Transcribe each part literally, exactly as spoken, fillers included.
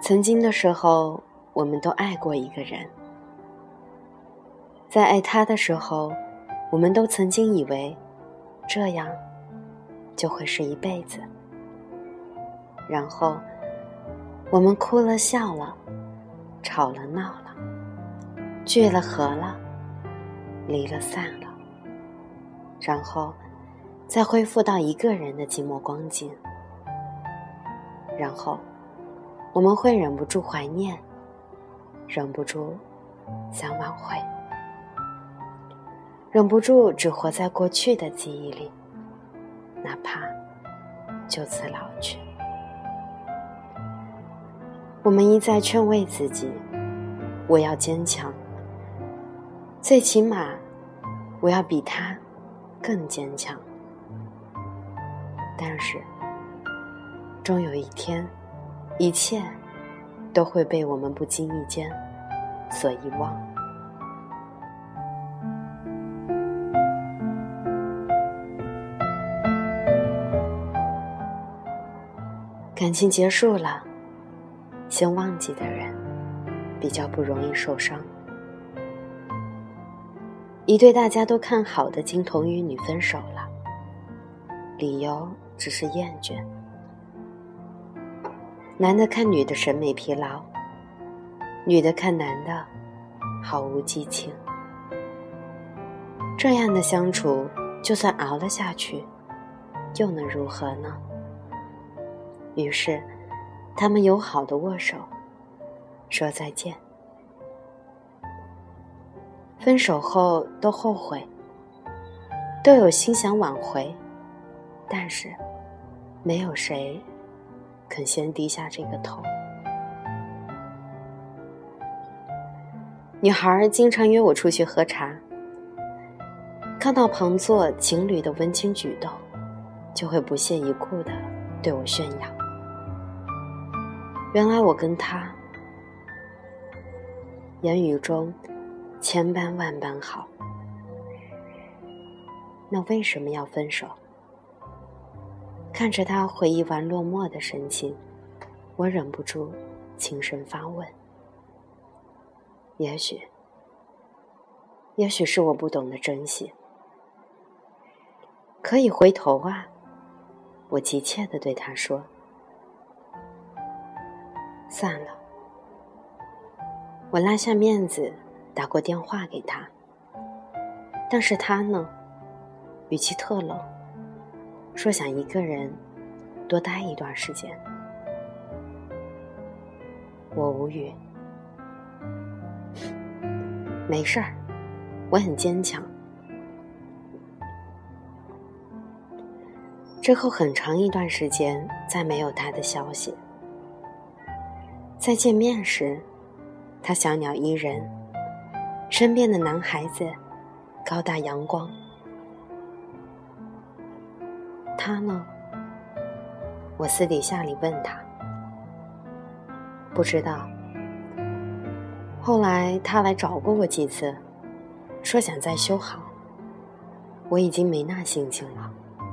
曾经的时候，我们都爱过一个人，在爱他的时候，我们都曾经以为这样就会是一辈子。然后我们哭了笑了，吵了闹了，聚了合了，离了散了，然后再恢复到一个人的寂寞光景。然后我们会忍不住怀念，忍不住想挽回，忍不住只活在过去的记忆里，哪怕就此老去。我们一再劝慰自己，我要坚强，最起码我要比他更坚强。但是终有一天，一切都会被我们不经意间所遗忘。感情结束了，先忘记的人比较不容易受伤。一对大家都看好的金童玉女分手了，理由只是厌倦。男的看女的审美疲劳，女的看男的毫无激情。这样的相处，就算熬了下去，又能如何呢？于是他们友好的握手，说再见。分手后都后悔，都有心想挽回，但是没有谁肯先低下这个头。女孩经常约我出去喝茶，看到旁座情侣的温情举动，就会不屑一顾地对我炫耀。原来我跟他言语中千般万般好，那为什么要分手？看着他回忆完落寞的神情，我忍不住轻声发问。也许也许是我不懂得珍惜。可以回头啊，我急切地对他说。算了，我拉下面子打过电话给他，但是他呢，语气特冷，说想一个人多待一段时间。我无语。没事儿，我很坚强。之后很长一段时间再没有他的消息。再见面时，他小鸟依人，身边的男孩子高大阳光。他呢？我私底下里问他。不知道。后来他来找过我几次，说想再修好，我已经没那心情了。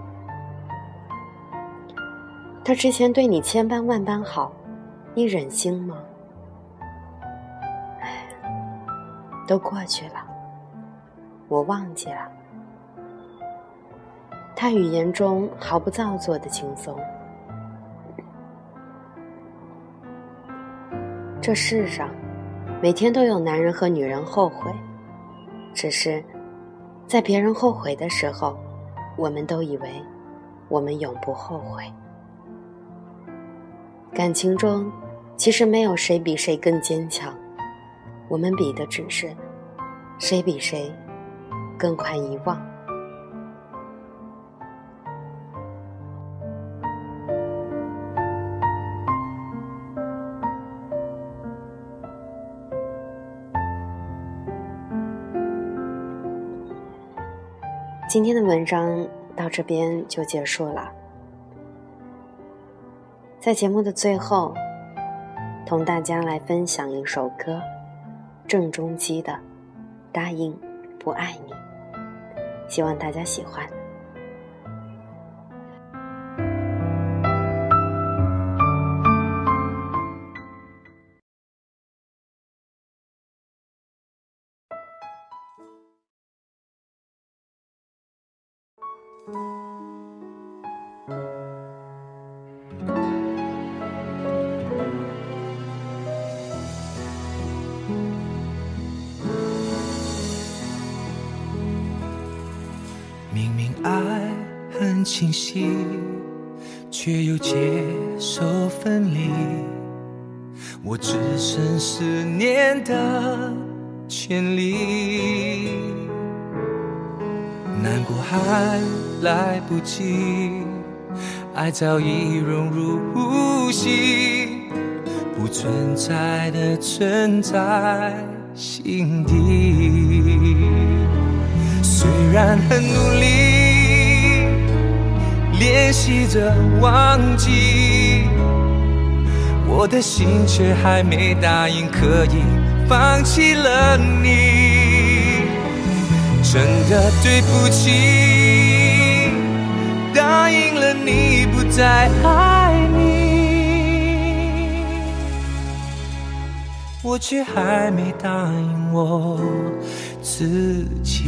他之前对你千般万般好，你忍心吗？唉，都过去了，我忘记了。他语言中毫不造作的轻松。这世上每天都有男人和女人后悔，只是在别人后悔的时候，我们都以为我们永不后悔。感情中其实没有谁比谁更坚强，我们比的只是谁比谁更快遗忘。今天的文章到这边就结束了。在节目的最后，同大家来分享一首歌，郑中基的《答应不爱你》，希望大家喜欢。 很清晰，却又接受分离，我只剩思念的权利。难过还来不及，爱早已融入呼吸，不存在的存在心底。虽然很努力练习着忘记，我的心却还没答应可以放弃了你。真的对不起，答应了你不再爱你，我却还没答应我自己。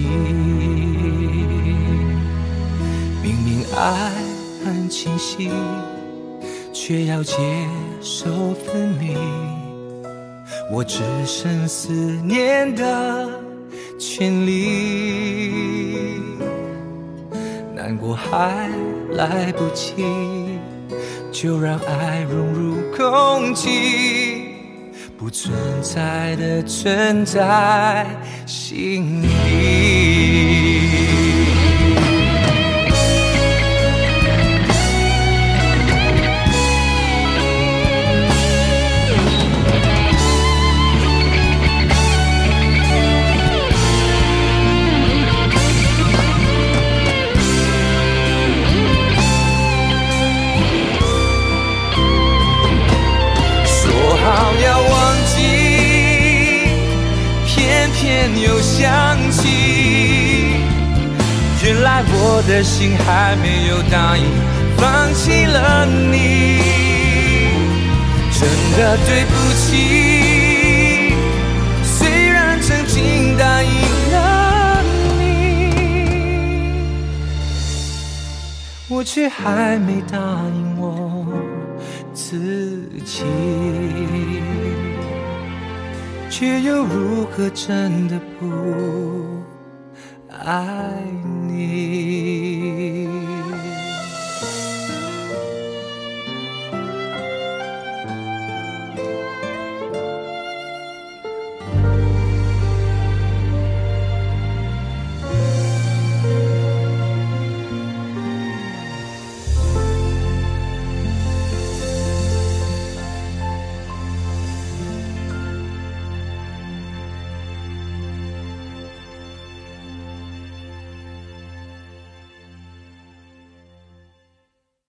明明爱很清晰，却要接受分离，我只剩思念的权利。难过还来不及，就让爱融入空气，不存在的存在心里。又想起，原来我的心还没有答应放弃了你。真的对不起，虽然曾经答应了你，我却还没答应我自己，却又如何真的不爱你？